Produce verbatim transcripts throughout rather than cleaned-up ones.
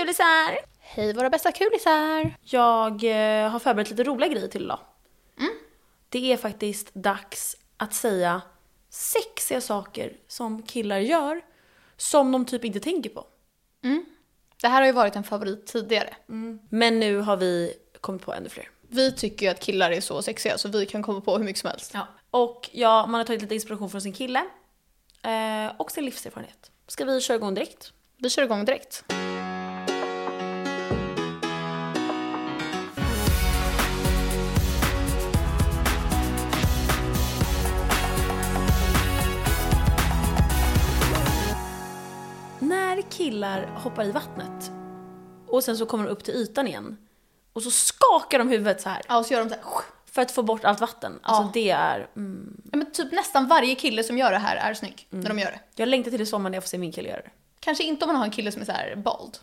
kulisar! Hej våra bästa kulisar! Jag eh, har förberett lite roliga grejer till idag. Mm. Det är faktiskt dags att säga sexiga saker som killar gör som de typ inte tänker på. Mm. Det här har ju varit en favorit tidigare. Mm. Men nu har vi kommit på ännu fler. Vi tycker ju att killar är så sexiga så vi kan komma på hur mycket som helst. Ja. Och ja, man har tagit lite inspiration från sin kille eh, och sin livserfarenhet. Ska vi köra igång direkt? Vi kör igång direkt. När killar hoppar i vattnet och sen så kommer de upp till ytan igen och så skakar de huvudet så här. Ja, och så gör de så här. För att få bort allt vatten. Alltså Ja. det är... Mm. Ja, men typ nästan varje kille som gör det här är snygg Mm. när de gör det. Jag längtar till i sommar när jag får se min kille göra det. Kanske inte om man har en kille som är så här bald.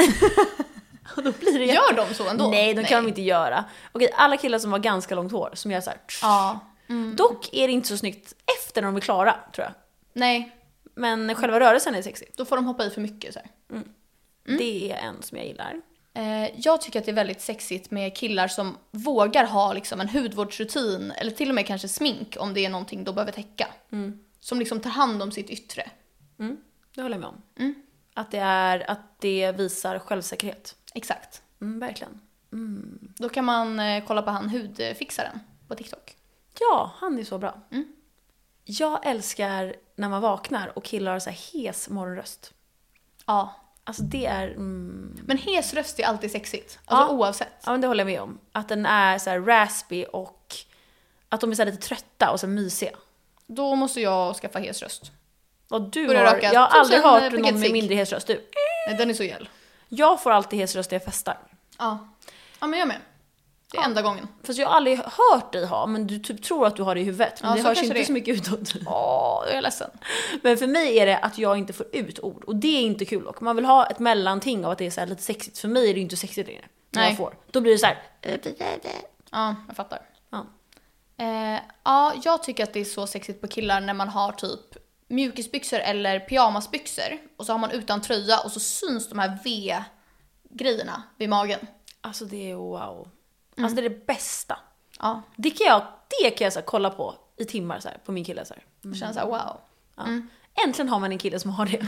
Och då blir det Gör de så ändå? Nej, de kan de inte göra. Okej, alla killar som har ganska långt hår som gör så här. Ja. Mm. Dock är det inte så snyggt efter när de är klara, tror jag. Nej, Men själva rörelsen är sexig. då får de hoppa i för mycket så här. Mm. Det är en som jag gillar. Eh, jag tycker att det är väldigt sexigt med killar som vågar ha liksom en hudvårdsrutin eller till och med kanske smink om det är någonting de behöver täcka. Mm. Som liksom tar hand om sitt yttre. Mm. Det håller jag med om. Mm. Att det, är, att det visar självsäkerhet. Exakt. Mm, verkligen. Mm. Då kan man eh, kolla på han hudfixaren på TikTok. Ja, han är så bra. Mm. Jag älskar när man vaknar och killar har så här hes morgonröst. Ja. Alltså det är... Mm. Men hes röst är alltid sexigt. Alltså Ja. oavsett. Ja, men det håller jag med om. Att den är så här raspy och att de är så här lite trötta och så mysiga. Då måste jag skaffa hes röst. Och du Börjar har... röka Jag har aldrig tusen hört någon paket med cigg. mindre hes röst. Du. Nej, den är så gäll. Jag får alltid hes röst när jag festar. Ja. Ja, men jag med. Det är Ja. enda gången. Fast jag har aldrig hört dig ha, men du typ tror att du har det i huvudet. Men Ja, det så hörs kanske inte det är. så mycket utåt. Åh, jag är ledsen. Men för mig är det att jag inte får ut ord. Och det är inte kul. Och man vill ha ett mellanting av att det är så här lite sexigt. För mig är det inte sexigt längre. När Nej. jag får. Då blir det så här. Ja, jag fattar. Ja. Eh, ja, jag tycker att det är så sexigt på killar när man har typ mjukisbyxor eller pyjamasbyxor. Och så har man utan tröja och så syns de här V-grejerna vid magen. Alltså det är wow. Alltså det är det bästa. Ja, Det kan jag, det kan jag så här, kolla på i timmar så här, på min kille. Så här. det känns så här wow. Ja. Mm. Äntligen har man en kille som har det.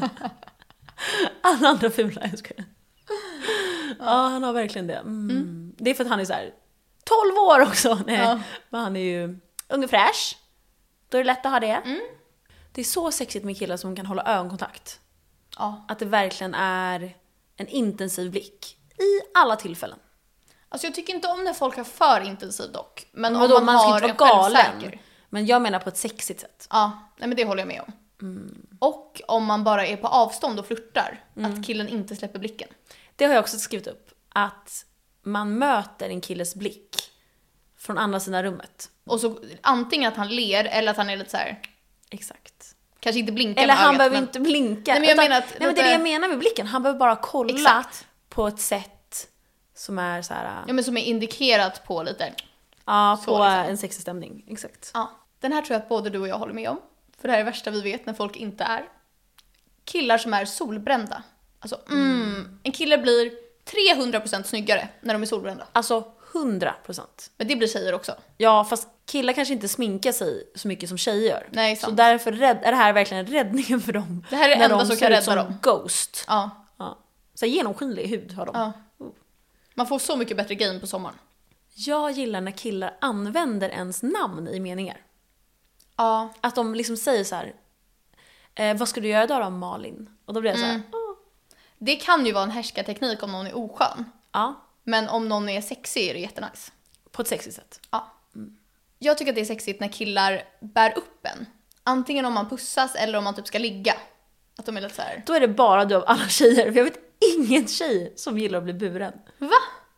Alla andra fula, jag skojar. Ja, han har verkligen det. Mm. Mm. Det är för att han är så här tolv år också. Nej, Ja. men han är ju ung och fräsch. Då är det lätt att ha det. Mm. Det är så sexigt med killar som kan hålla ögonkontakt. Ja. Att det verkligen är en intensiv blick i alla tillfällen. Alltså jag tycker inte om när folk har för intensiv dock. Men Men om då, man, man ska har inte en vara galen. självsäker. Men jag menar på ett sexigt sätt. Ja, nej men det håller jag med om. Mm. Och om man bara är på avstånd och flörtar, att killen inte släpper blicken. Det har jag också skrivit upp. Att man möter en killes blick från andra sidan rummet. Och så antingen att han ler eller att han är lite så här, Exakt. kanske inte blinkar Eller med han ögat, behöver men... inte blinka. Nej, men jag utan, menar att- nej, men det är det jag menar med blicken. Han behöver bara kolla Exakt. på ett sätt som är så här. Ja, men som är indikerat på lite. Ja, så på liksom. en sexig stämning. Exakt. Ja. Den här tror jag att både du och jag håller med om. För det här är det värsta vi vet när folk inte är. Killar som är solbrända. Alltså, mm, en kille blir trehundra procent snyggare när de är solbrända. Alltså hundra procent. Men det blir tjejer också. Ja, fast killar kanske inte sminkar sig så mycket som tjejer gör. Nej, så sant. därför rädd, är det här verkligen räddningen för dem. Det här är det när enda de som ser kan ut rädda som dem. Ghost. Ja. Ja. Så här genomskinlig hud har de. Ja. Man får så mycket bättre game på sommaren. Jag gillar när killar använder ens namn i meningar. Ja. Att de liksom säger så här. Eh, vad ska du göra idag då, Malin? Och då blir jag så här. Mm. "Åh." Det kan ju vara en härskarteknik om någon är oskön. Ja, Men om någon är sexig är det jättenice. på ett sexigt sätt. Ja. Jag tycker att det är sexigt när killar bär upp en. Antingen om man pussas eller om man typ ska ligga. Att de är lite så här. Då är det bara du av alla tjejer. För jag vet ingen tjej som gillar att bli buren. Va?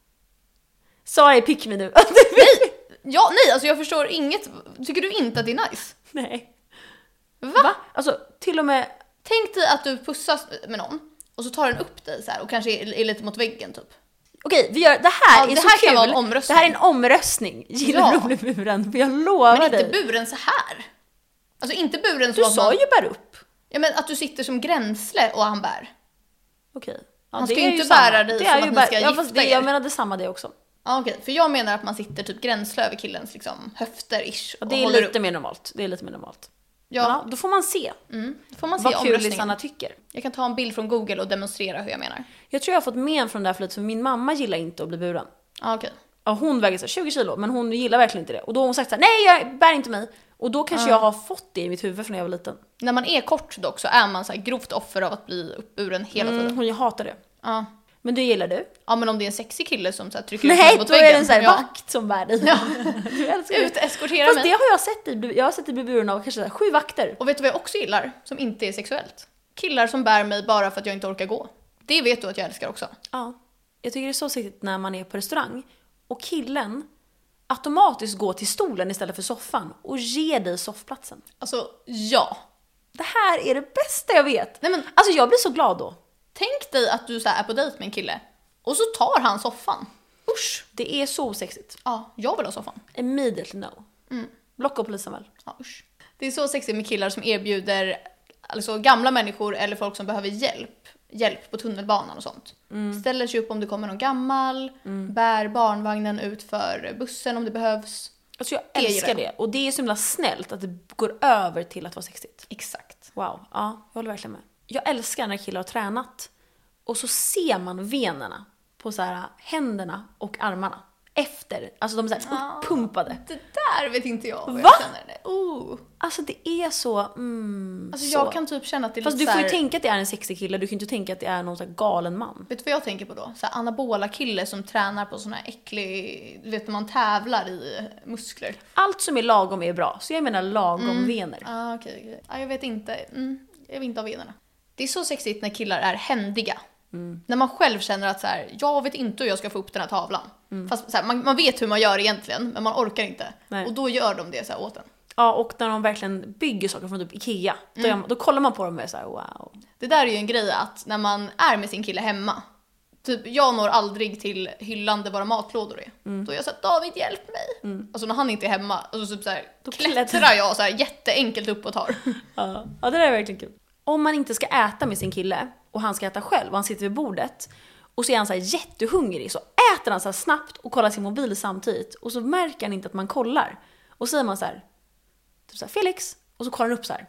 Sa jag pick me nu? Ja, nej, alltså jag förstår inget. Tycker du inte att det är nice? Nej. Va? Va? Alltså till och med. Tänk dig att du pussas med någon och så tar den upp dig så här och kanske är, är lite mot väggen typ. Okej, vi gör, det här Ja, är det så här kul. kan vara en omröstning. Det här är en omröstning. Gillar Ja. du att bli buren? För jag lovar Men inte dig. buren så här. Alltså inte buren så Du att sa man... ju bär upp. Ja, men att du sitter som gränsle och han bär. Okej. Ja, Han det ska är ju inte samma. bära dig Det som är att ju ni bara- ska ja, gifta fast det, er. Jag menade samma det också. Ja, okej. För jag menar att man sitter typ gränsle över killens liksom, höfter-ish. Ja, och det är håller lite upp. mer normalt. Det är lite mer normalt. Ja. Ja, då får man se Mm. Då får man se vad omröstningen. kulisarna tycker. Jag kan ta en bild från Google och demonstrera hur jag menar. Jag tror jag har fått men från det här för lite, för min mamma gillar inte att bli buren. Ja, okej. Ja, hon väger så här tjugo kilo, men hon gillar verkligen inte det. Och då har hon sagt så här: nej, jag bär inte mig. Och då kanske jag har fått det i mitt huvud från när jag var liten. När man är kort dock så är man så här grovt offer av att bli uppburen hela tiden. Mm, hon hatar det. Ja. Men det gillar du? Ja, men om det är en sexig kille som så här trycker ut Nej, mig mot då väggen. är det en sån här ja. vakt som bär dig. Ja. Du älskar det. Ut, eskortera Fast mig. det har jag sett i, jag har sett i bli buren av kanske så här sju vakter. Och vet du vad jag också gillar? Som inte är sexuellt. Killar som bär mig bara för att jag inte orkar gå. Det vet du att jag älskar också. Ja. Jag tycker det är så sexigt när man är på restaurang och killen automatiskt går till stolen istället för soffan och ger dig soffplatsen. Alltså, ja. Det här är det bästa jag vet. Nej, men Alltså jag blir så glad då. tänk dig att du så här är på dejt med en kille och så tar han soffan. Usch. Det är så sexigt. Ja, jag vill ha soffan. Immediately no. Mm. Blocka polisen väl? Ja, usch. Det är så sexigt med killar som erbjuder alltså, gamla människor eller folk som behöver hjälp. Hjälp på tunnelbanan och sånt. Mm. Ställer sig upp om det kommer någon gammal. Bär barnvagnen ut för bussen om det behövs. Alltså jag Det älskar gillar det. Och det är så himla snällt att det går över till att vara sexigt. Exakt. Wow, ja, jag håller verkligen med. Jag älskar när killar har tränat och så ser man venerna på så här händerna och armarna efter. Alltså de är så här uppumpade. Det där vet inte jag vad Va? jag känner. Det. Oh. Alltså det är så... Mm, Alltså så. jag kan typ känna att det är Fast lite du får så ju här... tänka att det är en sexig kille, du kan ju inte tänka att det är någon så här galen man. Vet du vad jag tänker på då? Så här anabola kille som tränar på sån här äcklig, du vet när man tävlar i muskler. Allt som är lagom är bra, så jag menar lagom vener. Ah, okej, okej. Ah, jag vet inte. Mm, jag vill inte ha venerna. Det är så sexigt när killar är händiga. Mm. När man själv känner att så här, jag vet inte hur jag ska få upp den här tavlan. Fast så här, man, man vet hur man gör egentligen, men man orkar inte. Nej. Och då gör de det så här åt en. Ja, och när de verkligen bygger saker från typ Ikea, då, gör man, då kollar man på dem och är så här: wow. Det där är ju en grej att när man är med sin kille hemma, typ jag når aldrig till hyllan där våra matlådor är. Då är jag såhär, David hjälp mig. Alltså när han inte är hemma, alltså typ så här, då klättrar jag så här jätteenkelt upp och tar. Ja, ja, det där är verkligen kul. Om man inte ska äta med sin kille och han ska äta själv och han sitter vid bordet och så är han så här jättehungrig, så äter han så här snabbt och kollar sin mobil samtidigt och så märker han inte att man kollar. Och så säger man så här, typ så här Felix, och så kollar han upp så här.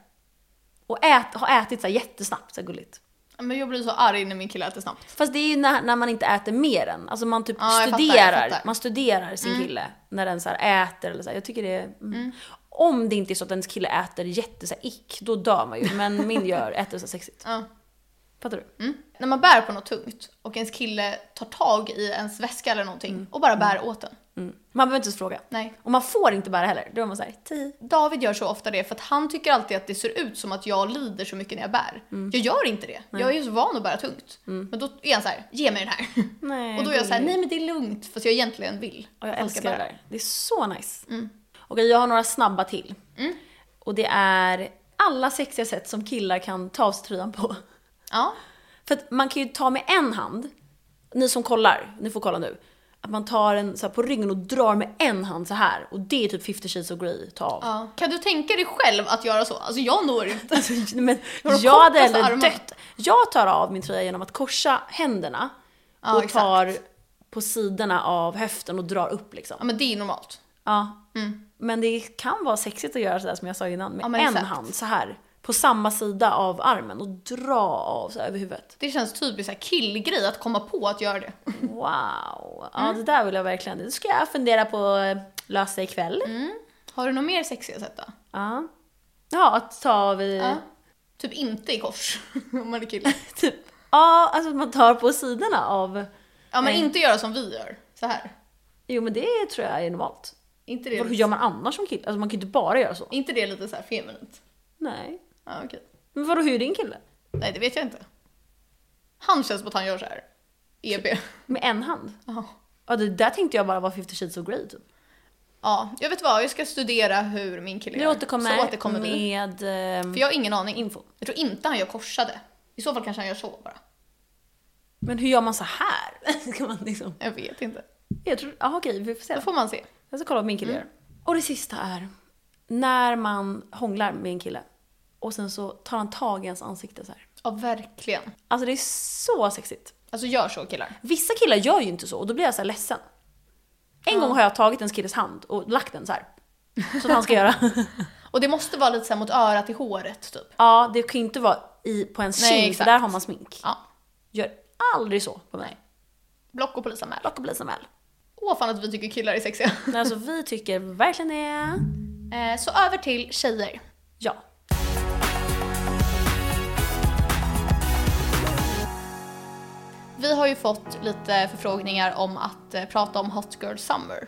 Och ät, har ätit så här jättesnabbt, så här gulligt. Men jag blir så arg när min kille äter snabbt. Fast det är ju när, när man inte äter mer än. Alltså man typ Ja, jag studerar, fattar, jag fattar. man studerar sin kille när den så här äter eller så här. Jag tycker det är... Mm. Om det inte är så att ens kille äter jätte så här, ick, då dör man ju. Men min gör äter så här sexigt. Ja. Fattar du? Mm. När man bär på något tungt och ens kille tar tag i ens väska eller någonting och bara bär åt den. Mm. Man behöver inte ens fråga. Nej. Och man får inte bära heller. Då är man såhär, tio. David gör så ofta det för att han tycker alltid att det ser ut som att jag lider så mycket när jag bär. Jag gör inte det. Jag är ju så van att bära tungt. Men då är han så här: ge mig den här. Nej, och då är jag så här: gulligt. nej men det är lugnt, fast jag egentligen vill. Och jag att han ska älskar det bära. där. Det är så nice. Okej, jag har några snabba till. Och det är alla sexiga sätt som killar kan ta av sig tröjan på. Ja. För att man kan ju ta med en hand, ni som kollar, ni får kolla nu, att man tar den så här på ryggen och drar med en hand så här, och det är typ fifty shades of Grey, ta av. Ja. Kan du tänka dig själv att göra så? Alltså jag når inte. Alltså, men har de jag hade kortaste ändå armarna. dött. Jag tar av min tröja genom att korsa händerna Ja, och exakt. tar på sidorna av höften och drar upp liksom. Ja men det är normalt. Ja. Men det kan vara sexigt att göra sådär som jag sa innan, med Ja, men en exakt. hand så här på samma sida av armen och dra av så här över huvudet. Det känns typiskt så här killgrej att komma på att göra det. Wow. Ja, det där vill jag verkligen. Det ska jag fundera på eh, lösa ikväll. Har du något mer sexiga sätt då? Ja. Ja, att ta vi Ja. Typ inte i kors om man är kille. typ. Ja, alltså att man tar på sidorna av. Ja men Nej. inte göra som vi gör. Så här. Jo, men det tror jag är normalt. Inte det, Hur gör man annars som kille? Alltså man kan ju inte bara göra så. inte det lite så här feminint? Nej. Ja okej. Men vadå, hur är din kille? Nej det vet jag inte. Han känns som att han gör så här. E B. Med en hand? Ja. Ja, det där tänkte jag bara var fifty shades of Grey typ. Ja, jag vet vad, jag ska studera hur min kille Vi gör. återkommer, Så återkommer vi. med ehm, För jag har ingen aning. info. Jag tror inte han gör korsade. I så fall kanske han gör så bara. Men hur gör man så här? Ska man liksom... Jag vet inte. Jag tror... Ja, okej, vi får se. Då får man se. Jag ska kolla vad min kille gör. Och det sista är när man hånglar med en kille och sen så tar han tag i ens ansikte så här. Ja, verkligen. Alltså det är så sexigt. Alltså gör så killar. Vissa killar gör ju inte så och då blir jag så här ledsen. En Ja. gång har jag tagit en killes hand och lagt den så här. Så att han ska göra. Och det måste vara lite så här mot örat i håret typ. Ja, det kan ju inte vara i, på en Nej, kind, för exakt. där har man smink. Ja. Gör aldrig så på mig. Block och polisanmäl. Block och polisanmäl. Åh fan att vi tycker killar är sexiga. Nej, alltså vi tycker verkligen det. Eh, så över till tjejer. Ja. Vi har ju fått lite förfrågningar om att eh, prata om Hot Girl Summer.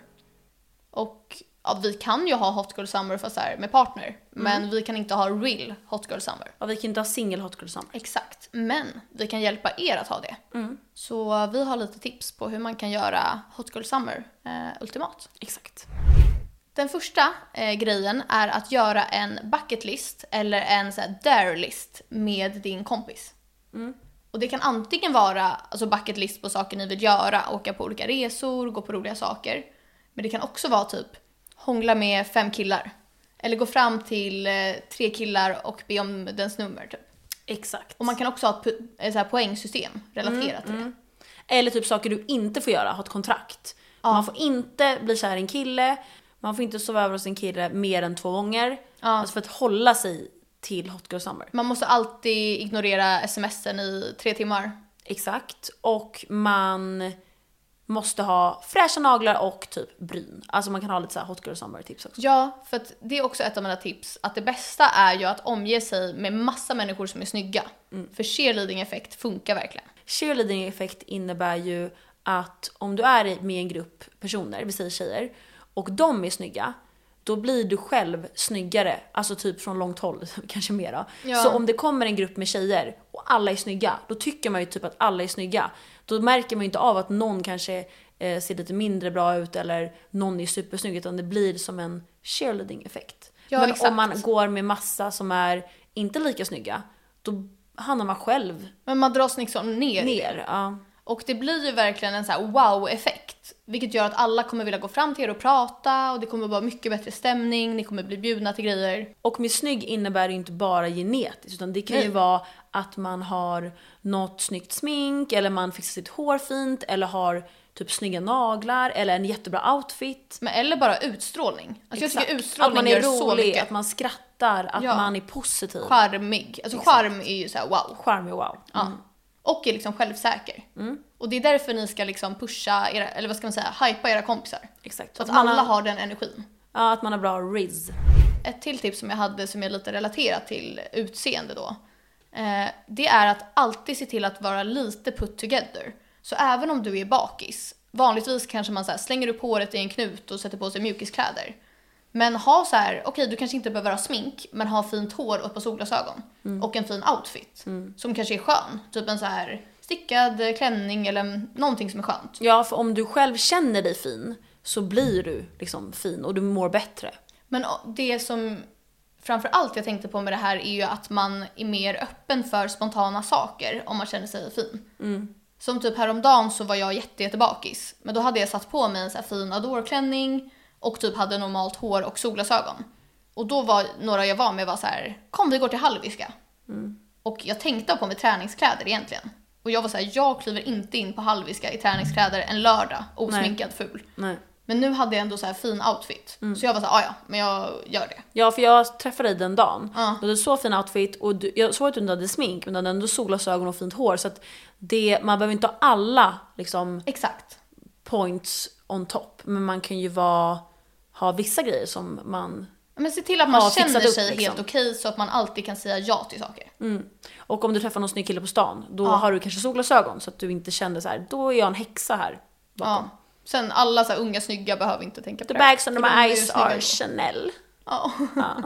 Och ja, vi kan ju ha Hot Girl Summer fast här med partner. Mm. Men vi kan inte ha real Hot Girl Summer. Och vi kan inte ha single hot girl summer. Exakt, men vi kan hjälpa er att ha det. Mm. Så vi har lite tips på hur man kan göra Hot Girl Summer eh, ultimat. Exakt. Den första eh, grejen är att göra en bucket list eller en så här dare list med din kompis. Mm. Och det kan antingen vara alltså bucket list på saker ni vill göra, åka på olika resor, gå på roliga saker. Men det kan också vara typ hångla med fem killar. Eller gå fram till eh, tre killar och be om dens nummer typ. Exakt. Och man kan också ha ett pu- ett så här poängsystem relaterat till det. Eller typ saker du inte får göra, ha ett kontrakt. Ja. Man får inte bli kär i en kille, man får inte sova över hos en kille mer än två gånger. Ja. Alltså för att hålla sig till Hot Girl Summer. Man måste alltid ignorera smsen i tre timmar. Exakt. Och man måste ha fräscha naglar och typ bryn. Alltså man kan ha lite så här Hot Girl Summer tips också. Ja, för att det är också ett av mina tips. Att det bästa är ju att omge sig med massa människor som är snygga. Mm. För cheerleading-effekt funkar verkligen. Cheerleading-effekt innebär ju att om du är med en grupp personer, vi säger tjejer, och de är snygga, då blir du själv snyggare, alltså typ från långt håll, kanske mera. Ja. Så om det kommer en grupp med tjejer och alla är snygga, då tycker man ju typ att alla är snygga. Då märker man ju inte av att någon kanske eh, ser lite mindre bra ut eller någon är supersnygg, utan det blir som en cheerleading-effekt. Ja, Men exakt. om man går med massa som är inte lika snygga, då hamnar man själv Men man dras liksom ner. ner. Ja. Och det blir ju verkligen en så här wow-effekt. Vilket gör att alla kommer vilja gå fram till er och prata. Och det kommer vara mycket bättre stämning. Ni kommer bli bjudna till grejer. Och med snygg innebär det inte bara genetiskt, utan det kan Nej. ju vara att man har något snyggt smink, eller man fixar sitt hår fint, eller har typ snygga naglar, eller en jättebra outfit. Men eller bara utstrålning. Alltså jag Exakt. tycker utstrålning att man är gör så rolig, mycket. att man skrattar, att Ja. man är positiv. Charmig. Alltså Exakt. charm är ju så här wow. Charmig, wow. Ja. Mm. Och är liksom självsäker. Och det är därför ni ska liksom pusha era, eller vad ska man säga, hypa era kompisar. Exakt. Så att man alla har, har den energin. ja, att man har bra riz. Ett till tips som jag hade som är lite relaterat till utseende då. Eh, det är att alltid se till att vara lite put together. Så även om du är bakis, vanligtvis kanske man så här slänger upp håret i en knut och sätter på sig mjukiskläder. Men ha så här, okej okay, du kanske inte behöver ha smink, men ha fint hår och ett par solglasögon. Mm. Och en fin outfit. Mm. Som kanske är skön. Typ en så här stickad klänning eller någonting som är skönt. Ja, för om du själv känner dig fin så blir du liksom fin och du mår bättre. Men det som framför allt jag tänkte på med det här är ju att man är mer öppen för spontana saker om man känner sig fin. Mm. Som typ häromdagen så var jag jätte, jätte bakis. Men då hade jag satt på mig en så här fin adorklänning och typ hade normalt hår och solglasögon. Och då var några jag var med var så här: kom vi går till Hallwylska. Mm. Och jag tänkte på mig träningskläder egentligen. Och jag var så här: jag kliver inte in på Hallwylska i träningskläder en lördag, osminkad, Nej. ful. Nej. Men nu hade jag ändå så här fin outfit. Mm. Så jag var så här: ja, men jag gör det. Ja, för jag träffade dig den dagen. Ja. Du hade så fin outfit och du, jag såg att du inte hade smink, men du hade ändå solglasögon och fint hår. Så att det, man behöver inte ha alla liksom, Exakt. points on top. Men man kan ju vara, ha vissa grejer som man... Men se till att man Ja, känner fixat upp, sig liksom. helt okej så att man alltid kan säga ja till saker. Mm. Och om du träffar någon snygg kille på stan, då Ja. har du kanske solglasögon så att du inte känner så här: då är jag en häxa här bakom. Ja. Sen alla så här unga snygga behöver inte tänka på The det. bags under För de my är ju eyes snygga are ändå. Chanel. Ja. Ja.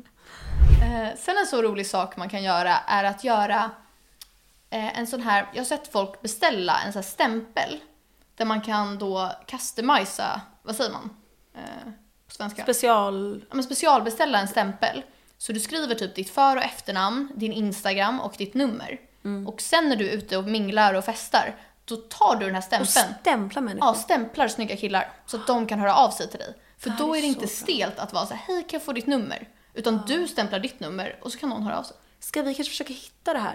Eh, sen en så rolig sak man kan göra är att göra eh, en sån här, jag har sett folk beställa en sån här stämpel där man kan då customisa, vad säger man eh, på svenska? Special... Ja, men specialbeställa en stämpel. Så du skriver typ ditt för- och efternamn, din Instagram och ditt nummer. Mm. Och sen när du är ute och minglar och festar, då tar du den här Och stämpeln. stämpla människor. Ja, stämplar snygga killar så att de kan höra av sig till dig. För Det här då är är det inte så bra. stelt att vara så här: hej, kan jag få ditt nummer? Utan du stämplar ditt nummer och så kan någon höra av sig. Ska vi kanske försöka hitta det här?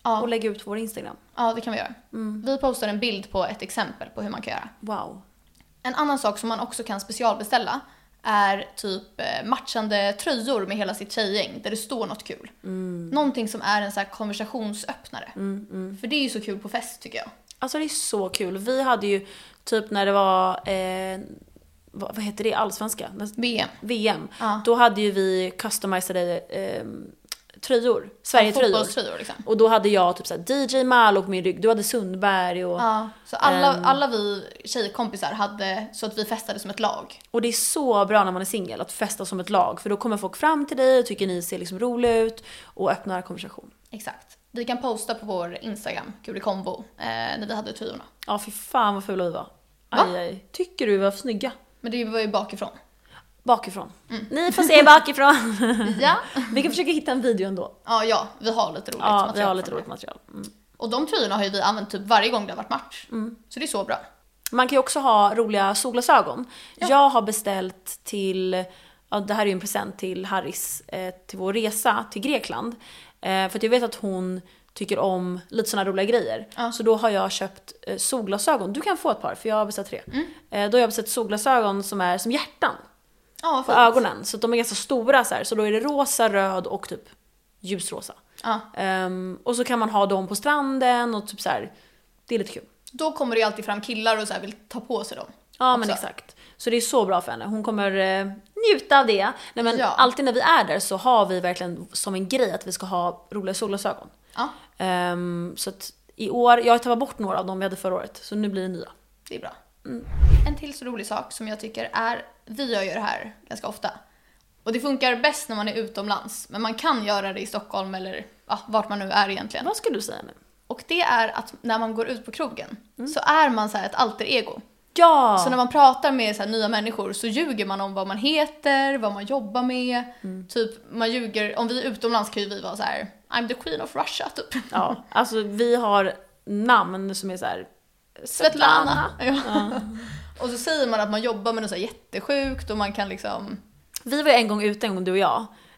Ja. Och lägga ut på vår Instagram. Ja, det kan vi göra. Mm. Vi postar en bild på ett exempel på hur man kan göra. Wow. En annan sak som man också kan specialbeställa är typ eh, matchande tröjor med hela sitt tjejgäng där det står något kul. Mm. Någonting som är en så här konversationsöppnare. Mm, mm. För det är ju så kul på fest tycker jag. Alltså det är så kul. Vi hade ju typ när det var, eh, vad, vad heter det, allsvenska? V M. V M. Ja. Då hade ju vi customizade eh, tröjor, Sverige-tröjor. Ja, fotbollströjor liksom. Och då hade jag typ såhär D J Malo på min rygg, du hade Sundberg och... Ja, så alla, um, alla vi tjejkompisar hade så att vi festade som ett lag. Och det är så bra när man är singel att festa som ett lag, för då kommer folk fram till dig och tycker ni ser liksom roliga ut och öppnar konversation. Exakt. Vi kan posta på vår Instagram, Kul i kombo, eh, när vi hade tröjorna. Ja, fy fan vad fula vi var. Va? Aj, aj. Tycker du vi var för snygga? Men det var ju bakifrån. Bakifrån. Mm. Ni får se bakifrån. Ja. Vi kan försöka hitta en video ändå. Ja, ja, vi har lite roligt Ja, material. vi har lite från roligt det. material. Mm. Och de tröjorna har ju vi använt typ varje gång det har varit match. Mm. Så det är så bra. Man kan ju också ha roliga solglasögon. Ja. Jag har beställt till, ja, det här är ju en present till Harris, eh, till vår resa till Grekland. Eh, för att jag vet att hon tycker om lite såna roliga grejer. Ja. Så då har jag köpt eh, solglasögon. Du kan få ett par, för jag har beställt tre. Mm. Eh, då har jag beställt solglasögon som är som hjärtan Ja, på fint. ögonen. Så att de är ganska stora så här. Så då är det rosa, röd och typ ljusrosa. Ja. Um, och så kan man ha dem på stranden och typ så här. Det är lite kul. Då kommer det ju alltid fram killar och så här vill ta på sig dem. Ja, också. men exakt. Så det är så bra för henne. Hon kommer eh, njuta av det. Nej, men Ja. alltid när vi är där så har vi verkligen som en grej att vi ska ha roliga solglasögon. Ja, Um, så att i år, jag har tagit bort några av dem vi hade förra året. Så nu blir det nya. det är bra. Mm. En till så rolig sak som jag tycker är, vi gör ju det här ganska ofta. Och det funkar bäst när man är utomlands. Men man kan göra det i Stockholm eller ja, vart man nu är egentligen. Vad skulle du säga nu? Och det är att när man går ut på krogen så är man så här ett alter ego. Ja! Så när man pratar med så här nya människor så ljuger man om vad man heter, vad man jobbar med. Mm. Typ man ljuger, om vi är utomlands kan ju vi vara så här: I'm the queen of Russia typ. Ja, alltså vi har namn som är så här Svetlana. Ja. Ja. Och så säger man att man jobbar med något så här jättesjukt och man kan liksom... Vi var en gång ute, en gång du och jag,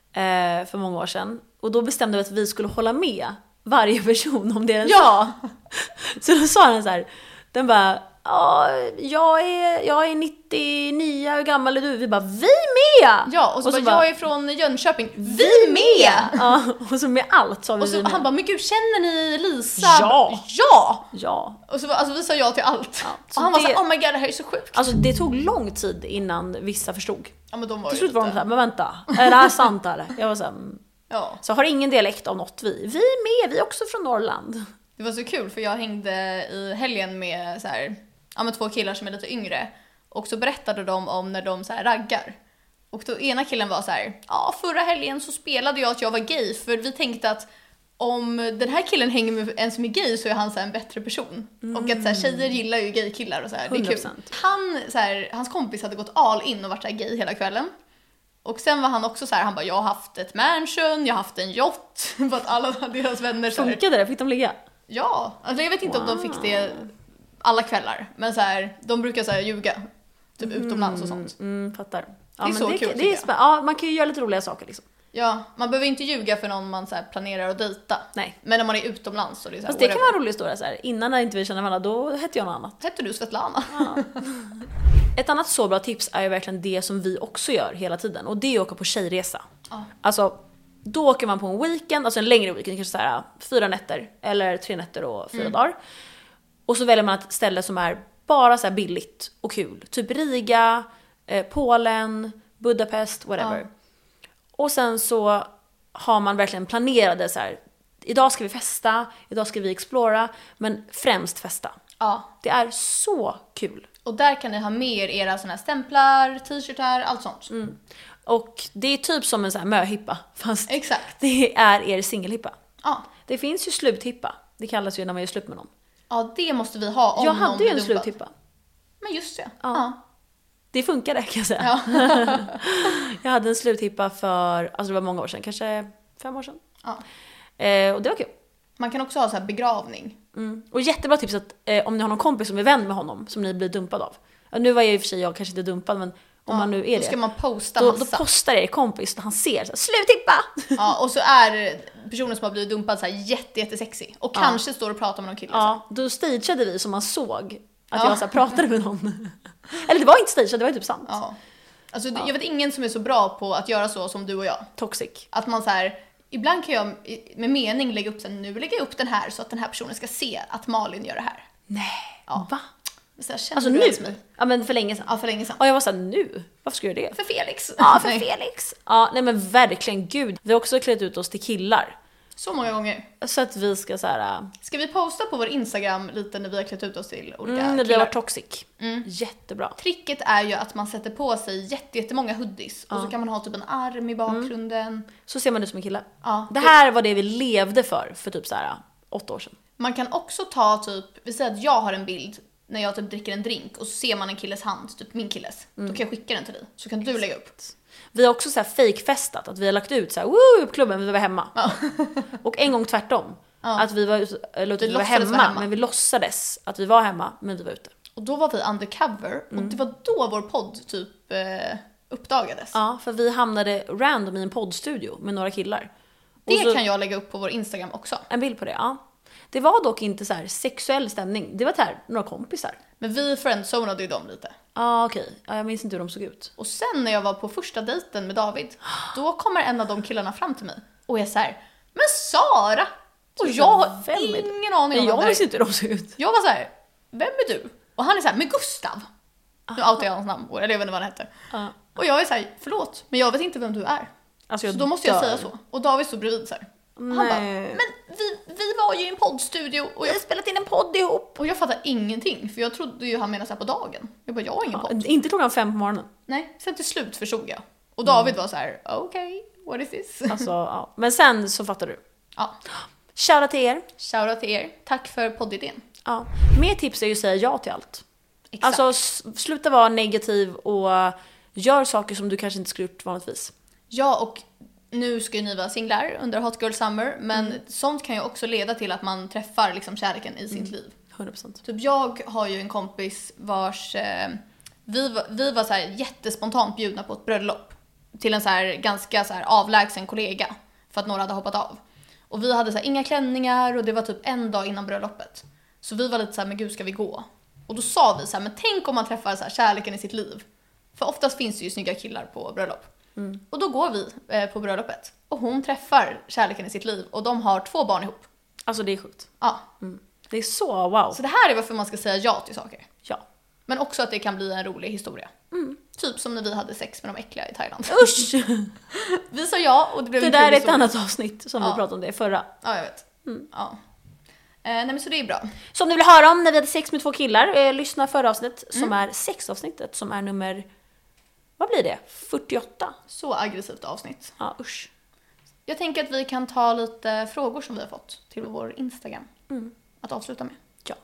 eh, för många år sedan. Och då bestämde vi att vi skulle hålla med varje person om det den Ja! sa. Så då sa den så här, den bara, ja, jag är, jag är nittionio, hur gammal är du? Vi bara, vi med! Ja, och så, Och så bara, bara, jag är från Jönköping, vi med! Ja, och så med allt sa vi Och så vi med. han bara, men gud, känner ni Lisa? Ja. Ja! Ja. Och så alltså, vi sa ja till allt. Ja, och så han var det- så oh my god, det här är så sjukt. Alltså det tog lång tid innan vissa förstod. Ja, men de var Till ju slut var de lite- såhär, men vänta, är det här sant eller? Jag var såhär, mm. Ja, Så har ingen dialekt av något vi. Vi är med, vi är också från Norrland. det var så kul för jag hängde i helgen med så här, ja, med två killar som är lite yngre. Och så berättade de om när de så här raggar. Och då ena killen var så här: ja, förra helgen så spelade jag att jag var gay för vi tänkte att om den här killen hänger med en som är gay så är han så här en bättre person. Mm. Och att så här, tjejer gillar ju gaykillar och så här, det är hundra kul. procent. Han, så här, hans kompis hade gått all in och varit så här gay hela kvällen. Och sen var han också så här, han bara, jag har haft ett mansion, jag har haft en yacht. För att alla deras vänner så här, Funkade det? Fick de ligga? ja, alltså jag vet inte om de fick det alla kvällar. Men så här, de brukar så här ljuga. Typ utomlands och sånt. Mm, fattar. Ja, Det är men så det, kul, det tycker är jag. spä- ja, man kan ju göra lite roliga saker liksom. Ja, man behöver inte ljuga för någon man så här planerar att dejta. Nej. Men när man är utomlands så är det så här, Fast det kan whatever. vara en rolig historia så här. Innan när inte vi kände varandra, då hette jag något annat. Hette du Svetlana? Ja. Ett annat så bra tips är ju verkligen det som vi också gör hela tiden. Och det är att åka på tjejresa. Ja. Alltså, då åker man på en weekend, alltså en längre weekend, kanske så här fyra nätter. Eller tre nätter och fyra Mm. dagar. Och så väljer man ett ställe som är bara så här billigt och kul. Typ Riga, eh, Polen, Budapest, whatever. Ja. Och sen så har man verkligen planerade så här. Idag ska vi festa, idag ska vi explora, men främst festa. Ja. Det är så kul. Och där kan ni ha med er era såna här stämplar, t-shirtar, allt sånt. Mm. Och det är typ som en sån här möhippa, fast Exakt. det är er singelhippa. Ja. Det finns ju sluthippa. Det kallas ju när man gör slut med någon. Ja, det måste vi ha om Jag någon hade ju en blir dumpad. sluthippa. Men just det. Ja. Ja. Det funkade kan jag säga. Ja. Jag hade en sluthippa för, alltså det var många år sedan, kanske fem år sedan. Ja. Eh, och det var kul. Man kan också ha så här begravning. Mm. Och jättebra tips att eh, om ni har någon kompis som är vän med honom som ni blir dumpad av. Ja, nu var jag i och för sig jag kanske inte dumpad, men Om man nu är Då det. ska man posta Då, massa. då postar er kompis och han ser så här, sluta tippa! Ja, och så är personen som har blivit dumpad så här jätte, jättesexig. Och Ja. kanske står och pratar med någon kille. Så här. Ja, då stageade vi som man såg att Ja. jag så här, pratade med någon. Eller det var inte stageat, det var ju typ sant. Ja. Alltså, Ja. jag vet ingen som är så bra på att göra så som du och jag. Toxic. Att man så här, ibland kan jag med mening lägga upp så här, nu lägger jag upp den här så att den här personen ska se att Malin gör det här. Nej, Ja. va? Så här, känner Alltså du nu? ens mig? Ja men för länge sedan. Ja, för länge sedan. Och jag var såhär, nu? Varför ska jag göra det? För Felix. Ja, för Nej. Felix. Ja, nej men verkligen, gud. Vi har också klätt ut oss till killar. Så många gånger. Så att vi ska såhär, Ska vi posta på vår Instagram lite när vi har klätt ut oss till olika mm, när vi har killar? varit toxic. Mm. Jättebra. Tricket är ju att man sätter på sig jätte, jättemånga hoodies och så kan man ha typ en arm i bakgrunden. Så ser man ut som en kille. Ja, Det här var det vi levde för, för typ såhär åtta år sedan. Man kan också ta typ, vi säger att jag har en bild när jag typ dricker en drink och så ser man en killes hand, typ min killes. Då kan jag skicka den till dig, så kan du lägga upp. Vi har också så här fake-festat, att vi har lagt ut så här, woo, på klubben, vi var hemma. Ja. Och en gång tvärtom. Ja. Att vi var, ute- eller att Vi vi var låtsades hemma, vara hemma. men vi låtsades att vi var hemma, men vi var ute. Och då var vi undercover och det var då vår podd typ eh, uppdagades. Ja, för vi hamnade random i en poddstudio med några killar. Och Det så, kan jag lägga upp på vår Instagram också. en bild på det, ja. Det var dock inte så här sexuell stämning. Det var här, några kompisar. Men vi friendzonade ju dem lite. Ja, okej. Ja, jag minns inte hur de såg ut. Och sen när jag var på första dejten med David, då kommer en av de killarna fram till mig och är så här: men Sara! Och jag har Vem är det? ingen aning om Nej, vem det jag är. minns inte hur de såg ut. Jag var så här: vem är du? Och han är så här: men Gustav. Nu outar jag hans namn, eller jag vet inte vad han hette. Ja. Och jag är så här: förlåt, men jag vet inte vem du är. Alltså, jag Så då måste jag dör. säga så. Och David stod bredvid så här. Och han bara: men vi, vi var ju i en poddstudio och Vi jag, har spelat in en podd ihop. och jag fattar ingenting. För jag trodde ju han menade så här på dagen. Jag bara: jag har ingen podd. Ja, inte klockan fem på morgonen. Nej, sen till slut förstod jag. Och David var så här: okej, what is this? Alltså, ja. Men sen så fattar du. Ja, Shoutout till er. shoutout till er. Tack för poddidén. Ja. Mer tips är ju att säga ja till allt. Exakt. Alltså s- sluta vara negativ och gör saker som du kanske inte skulle gjort vanligtvis. Ja, och nu ska ju ni vara singlar under Hot Girl Summer, men sånt kan ju också leda till att man träffar liksom kärleken i sitt liv. hundra procent. Typ jag har ju en kompis vars, eh, vi, var- vi var så här jättespontant bjudna på ett bröllop till en så här ganska så här avlägsen kollega för att några hade hoppat av. Och vi hade så här inga klänningar och det var typ en dag innan bröllopet. Så vi var lite så här: men gud, ska vi gå? Och då sa vi så här: men tänk om man träffar så här kärleken i sitt liv. För oftast finns det ju snygga killar på bröllop. Och då går vi eh, på bröllopet och hon träffar kärleken i sitt liv och de har två barn ihop. Alltså det är sjukt. Ja. Mm. Det är så wow. Så det här är varför man ska säga ja till saker. Ja. Men också att det kan bli en rolig historia. Typ som när vi hade sex med de äckliga i Thailand. Usch! Vi sa ja och det blev Det en där kul är ett historia. annat avsnitt som Ja. vi pratade om det förra. Ja, jag vet. Ja. Eh, nej men så det är bra. Så om ni vill höra om när vi hade sex med två killar, eh, lyssna förra avsnitt som är sexavsnittet som är nummer, vad blir det? fyrtioåtta? Så aggressivt avsnitt. Ja, usch. Jag tänker att vi kan ta lite frågor som vi har fått till vår Instagram. Att avsluta med. Ja.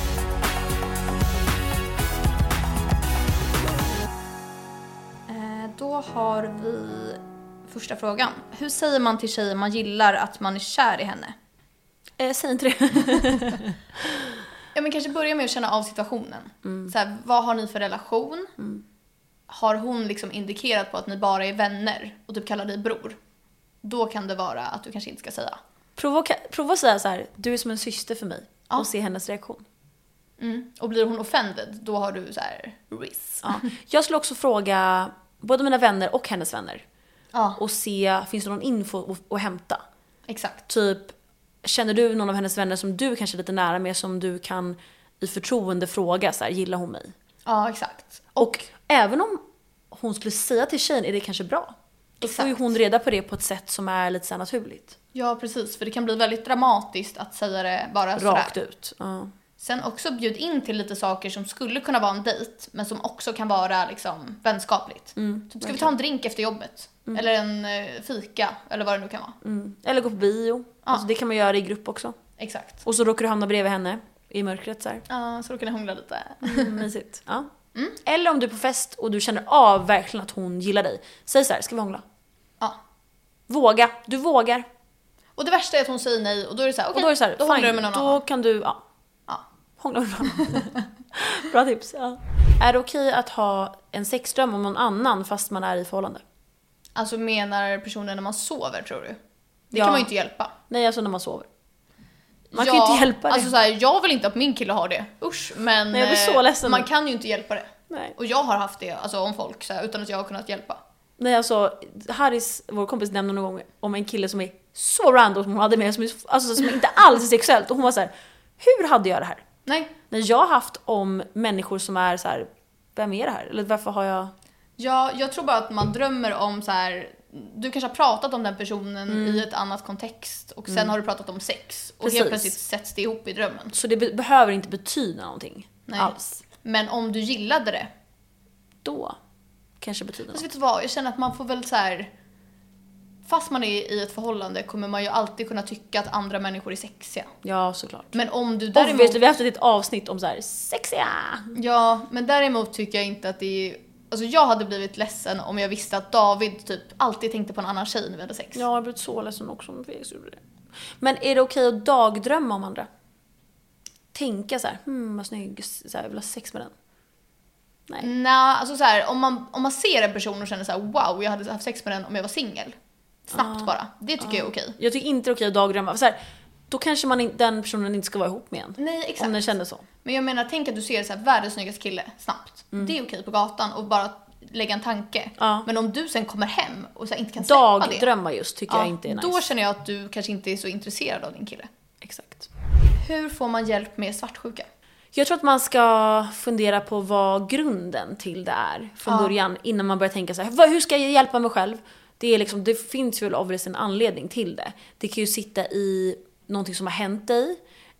Eh, då har vi första frågan. Hur säger man till tjejer man gillar att man är kär i henne? Eh, säg inte det. Ja, men kanske börja med att känna av situationen. Så här, vad har ni för relation? Har hon liksom indikerat på att ni bara är vänner och typ kallar dig bror? Då kan det vara att du kanske inte ska säga. Prova, prova att säga så här, du är som en syster för mig. Ja. Och se hennes reaktion. Mm. Och blir hon offended, då har du så här risk. Ja. Jag skulle också fråga både mina vänner och hennes vänner. Ja, Och se, finns det någon info att, att hämta? exakt. Typ, känner du någon av hennes vänner som du kanske är lite nära med, som du kan i förtroende fråga så här, gillar hon mig? Ja, exakt. Och även om hon skulle säga till tjejen, är det kanske bra? Då får ju Exakt. hon reda på det på ett sätt som är lite så här naturligt. Ja, precis. För det kan bli väldigt dramatiskt att säga det bara Rakt sådär. ut. Ja. Sen också bjud in till lite saker som skulle kunna vara en dejt, men som också kan vara liksom vänskapligt. Mm, Typ, ska vi ta en drink efter jobbet? Eller en eh, fika, eller vad det nu kan vara. Mm. Eller gå på bio. Ja. Alltså, det kan man göra i grupp också. Exakt. Och så råkar du hamna bredvid henne i mörkret så här. Ja, så då kan jag hångla lite. Mm, mysigt. Ja. Eller om du är på fest och du känner av verkligen att hon gillar dig. Säg så här, ska vi hångla? Ja. Våga, du vågar. Och det värsta är att hon säger nej och då är det så här, okej, Och då är det så här, då hånglar fine, du med någon då annan. kan du, ja, Ja. hångla med någon annan. Bra tips, ja. Är det okej att ha en sexdröm om någon annan fast man är i förhållande? Alltså menar personen när man sover, tror du? Det Ja. kan man ju inte hjälpa. Nej, alltså när man sover. Man ja, kan ju inte hjälpa det. Alltså så här, jag vill inte att min kille har det. Usch, men Nej, jag blir så ledsen. man kan ju inte hjälpa det. Nej. Och jag har haft det, alltså om folk så här, utan att jag har kunnat hjälpa. Nej, alltså Harris, vår kompis, nämnde någon gång om en kille som är så random som hon hade med, som, är, alltså, som inte alls är sexuellt. Och hon var så här: hur hade jag det här? Nej. När jag har haft om människor som är så här: vem är det här? Eller varför har jag... Ja, jag tror bara att man drömmer om så här. Du kanske har pratat om den personen Mm. i ett annat kontext och sen Mm. har du pratat om sex och Precis. helt plötsligt sätts det ihop i drömmen. Så det be- behöver inte betyda någonting. Nej. Alls. Men om du gillade det, Då kanske betyder alltså något. vet du vad, jag känner att man får väl så här. Fast man är i ett förhållande kommer man ju alltid kunna tycka att andra människor är sexiga. Ja, såklart. Men om du Och däremot... vet du, vi har haft ett avsnitt om så här sexiga. Ja, men däremot tycker jag inte att det är... Alltså jag hade blivit ledsen om jag visste att David typ alltid tänkte på en annan tjej när vi hade sex. Ja, jag har blivit så ledsen också om Felix gjorde det. Men är det okej att dagdrömma om andra? Tänka så här: hmm, vad snygg, så här, jag vill ha sex med den. Nej. Nej, alltså så här, om man, om man ser en person och känner så här: wow, jag hade haft sex med den om jag var singel. Snabbt Ah, bara. Det tycker ah. jag är okej. Jag tycker inte det är okej att dagdrömma. Så här, då kanske man in, den personen inte ska vara ihop med en. Nej, exakt. Om den känner så. Men jag menar, tänk att du ser så här, världens snyggaste kille snabbt. Det är okej på gatan och bara lägga en tanke. Ja. Men om du sen kommer hem och så här, inte kan släppa det. Dagdrömma just tycker jag inte är nice. Då känner jag att du kanske inte är så intresserad av din kille. Exakt. Hur får man hjälp med svartsjuka? Jag tror att man ska fundera på vad grunden till det är från Ja. början, innan man börjar tänka så här: vad, hur ska jag hjälpa mig själv? Det, är liksom, det finns väl obviously en anledning till det. Det kan ju sitta i någonting som har hänt dig,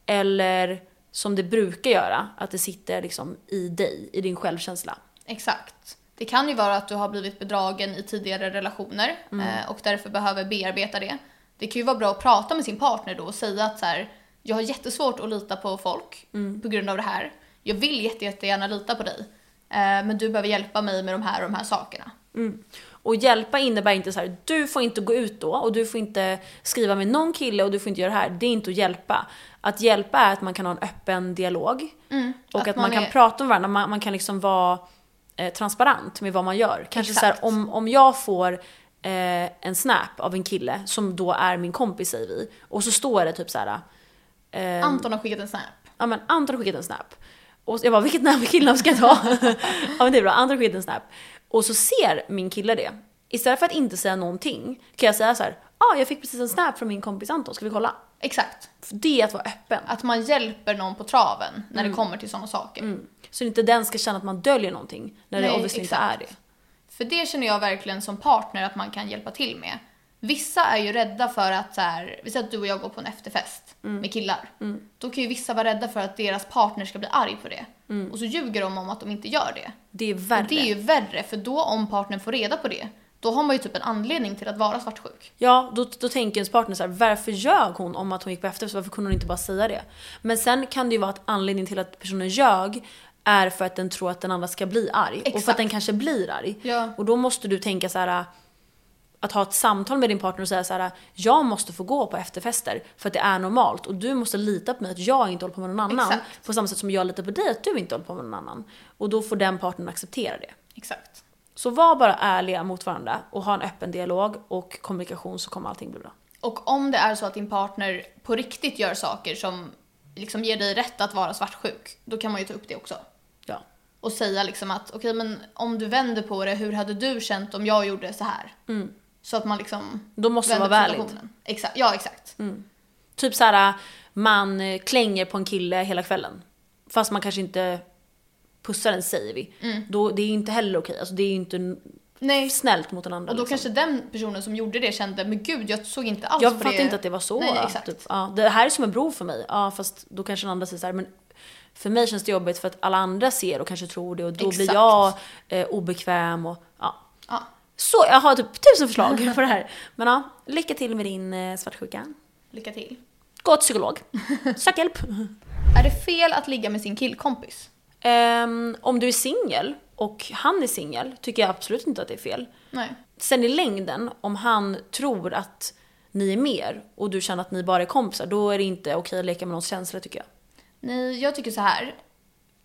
eller som det brukar göra, att det sitter liksom i dig, i din självkänsla. Exakt. Det kan ju vara att du har blivit bedragen i tidigare relationer eh, och därför behöver bearbeta det. Det kan ju vara bra att prata med sin partner då och säga att så här, jag har jättesvårt att lita på folk på grund av det här. Jag vill jätte, jättegärna lita på dig, eh, men du behöver hjälpa mig med de här och de här sakerna. Mm. Och hjälpa innebär inte så här: du får inte gå ut då, och du får inte skriva med någon kille, och du får inte göra det här. Det är inte att hjälpa. Att hjälpa är att man kan ha en öppen dialog. Mm. Och Att att, man, man kan är- prata med varandra. Man, man kan liksom vara eh, transparent med vad man gör. Kanske så här, Exakt. om, om jag får eh, en snap av en kille som då är min kompis, säger vi, och så står det typ så här: eh, Anton har skickat en snap. ja, men Anton har skickat en snap. Och jag bara, vilket namn killen ska jag ta? Ja, men det är bra, Anton har skickat en snap. Och så ser min kille det. Istället för att inte säga någonting kan jag säga så här: ja, ah, jag fick precis en snap från min kompis Anton, ska vi kolla? Exakt. För det är att vara öppen. Att man hjälper någon på traven när det kommer till sådana saker. Mm. Så inte den ska känna att man döljer någonting när Nej, det obviously inte exakt. är det. För det känner jag verkligen som partner att man kan hjälpa till med. Vissa är ju rädda för att så här, vi säger att du och jag går på en efterfest med killar. Då kan ju vissa vara rädda för att deras partner ska bli arg på det. Och så ljuger de om att de inte gör det. Det är värre. Och det är ju värre, för då om partnern får reda på det, då har man ju typ en anledning till att vara svartsjuk. Ja, då, då tänker ens partner så här: varför ljög hon om att hon gick på efterfest? Varför kunde hon inte bara säga det? Men sen kan det ju vara att anledningen till att personen ljög är för att den tror att den andra ska bli arg. Och för Exakt. att den kanske blir arg. Ja. Och då måste du tänka så här: att ha ett samtal med din partner och säga så här: jag måste få gå på efterfester för att det är normalt, och du måste lita på mig att jag inte håller på med någon annan. Exakt. På samma sätt som jag litar på dig att du inte håller på med någon annan. Och då får den partnern acceptera det. Exakt. Så var bara ärliga mot varandra och ha en öppen dialog och kommunikation, så kommer allting bli bra. Och om det är så att din partner på riktigt gör saker som liksom ger dig rätt att vara svartsjuk, då kan man ju ta upp det också. Ja. Och säga liksom att okej, men om du vänder på det, hur hade du känt om jag gjorde så här? Mm. Så att man liksom Då måste det vänder vara på valid. situationen. Exakt. Ja, exakt. Typ så här: man eh, klänger på en kille hela kvällen. Fast man kanske inte pussar den, säger vi. Då, det är ju inte heller okej. Alltså, det är ju inte Nej. snällt mot den andra. Och då liksom. kanske den personen som gjorde det kände, men gud, jag såg inte alls Jag på fattar det. inte att det var så. Nej, exakt. Typ. Ja, det här är som en bro för mig. Ja, fast då kanske den andra säger så här: men för mig känns det jobbigt för att alla andra ser och kanske tror det, och då blir Exakt. jag eh, obekväm och ja. Ja. Så jag har typ tusen förslag för det här. Men ja, lycka till med din eh, svartsjuka. Lycka till. Gå till psykolog. Sök hjälp. Är det fel att ligga med sin killkompis? Ehm, om du är singel och han är singel tycker jag absolut inte att det är fel. Nej. Sen i längden, om han tror att ni är mer och du känner att ni bara är kompisar, då är det inte okej att leka med någons känslor, tycker jag. Nej, jag tycker så här.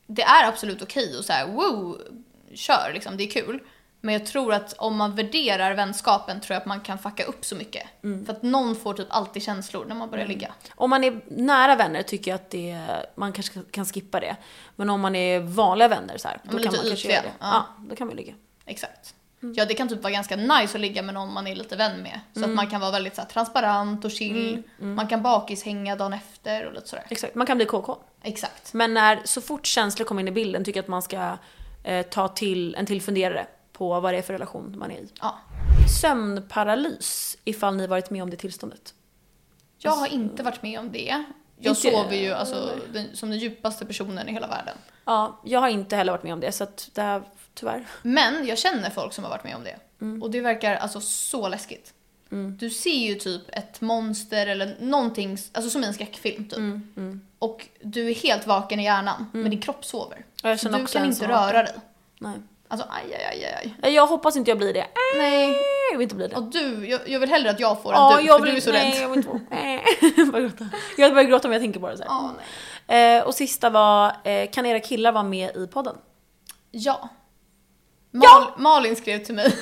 det är absolut okej och så här, wow, kör liksom, det är kul. Men jag tror att om man värderar vänskapen tror jag att man kan fucka upp så mycket. Mm. För att någon får typ alltid känslor när man börjar mm. ligga. Om man är nära vänner tycker jag att det, man kanske kan skippa det. Men om man är vanliga vänner så här, då kan man kanske göra det. Ja. Ja, då kan man ligga. Exakt. Mm. Ja, det kan typ vara ganska nice att ligga med någon man är lite vän med. Så mm. att man kan vara väldigt så här, transparent och chill. Mm. Mm. Man kan bakis hänga dagen efter och lite sådär. Exakt, man kan bli K K. Exakt. Men när så fort känslor kommer in i bilden tycker jag att man ska eh, ta till en till funderare på vad det är för relation man är i. Ja. Sömnparalys, ifall ni varit med om det tillståndet. Jag har inte varit med om det. Jag inte, sover ju alltså, den, som den djupaste personen i hela världen. Ja, jag har inte heller varit med om det, så att det här, tyvärr. Men jag känner folk som har varit med om det. Mm. Och det verkar alltså så läskigt. Mm. Du ser ju typ ett monster eller någonting, alltså som i en skräckfilm typ. Mm. Mm. Och du är helt vaken i hjärnan, mm. men din kropp sover. Jag så du kan inte röra dig. Nej. Alltså aj, aj, aj, aj. Jag hoppas inte jag blir det. Nej. Jag vill inte bli det. Och du, jag, jag vill hellre att jag får ja, än du, jag för vill, du är så nej, rädd. Jag vill inte få. Jag börjar gråta. Jag börjar gråta om jag tänker på det så här. Ja, nej. Eh, och sista var, eh, kan era killar vara med i podden? Ja. Mal- ja! Malin skrev till mig.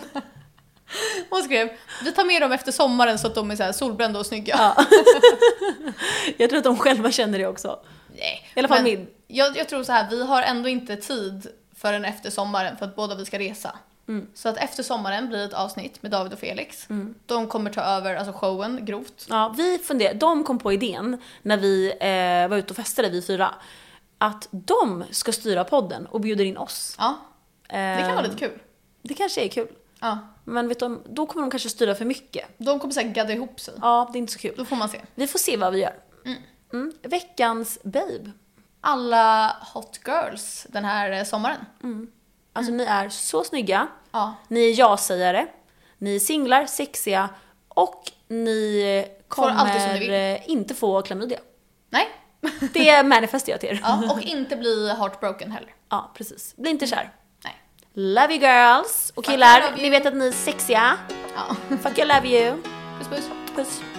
Hon skrev, vi tar med dem efter sommaren så att de är så här solbrända och snygga. Ja. Jag tror att de själva känner det också. Nej. I alla fall Men min. Jag, jag tror så här, vi har ändå inte tid förrän efter sommaren för att båda vi ska resa. Mm. Så att efter sommaren blir det ett avsnitt med David och Felix. Mm. De kommer ta över alltså showen grovt. Ja, vi funderar, de kom på idén när vi eh, var ute och festade, vi fyra, att de ska styra podden och bjuder in oss. Ja, det kan vara lite kul. Det kanske är kul. Ja. Men vet du, då kommer de kanske styra för mycket. De kommer säkert gadda ihop sig. Ja, det är inte så kul. Då får man se. Vi får se vad vi gör. Mm. Mm. Veckans babe. Alla hot girls den här sommaren. Mm. Alltså mm. ni är så snygga. Ja. Ni är ja-sägare. Ni är singlar, sexiga. Och ni kommer inte få klamydia. Nej. Det manifesterar jag till er. Ja, och inte bli heartbroken heller. Ja, precis. Bli inte kär. Nej. Love you girls. Och killar, ni vet att ni är sexiga. Ja. Fuck, I love you. Puss puss. Puss.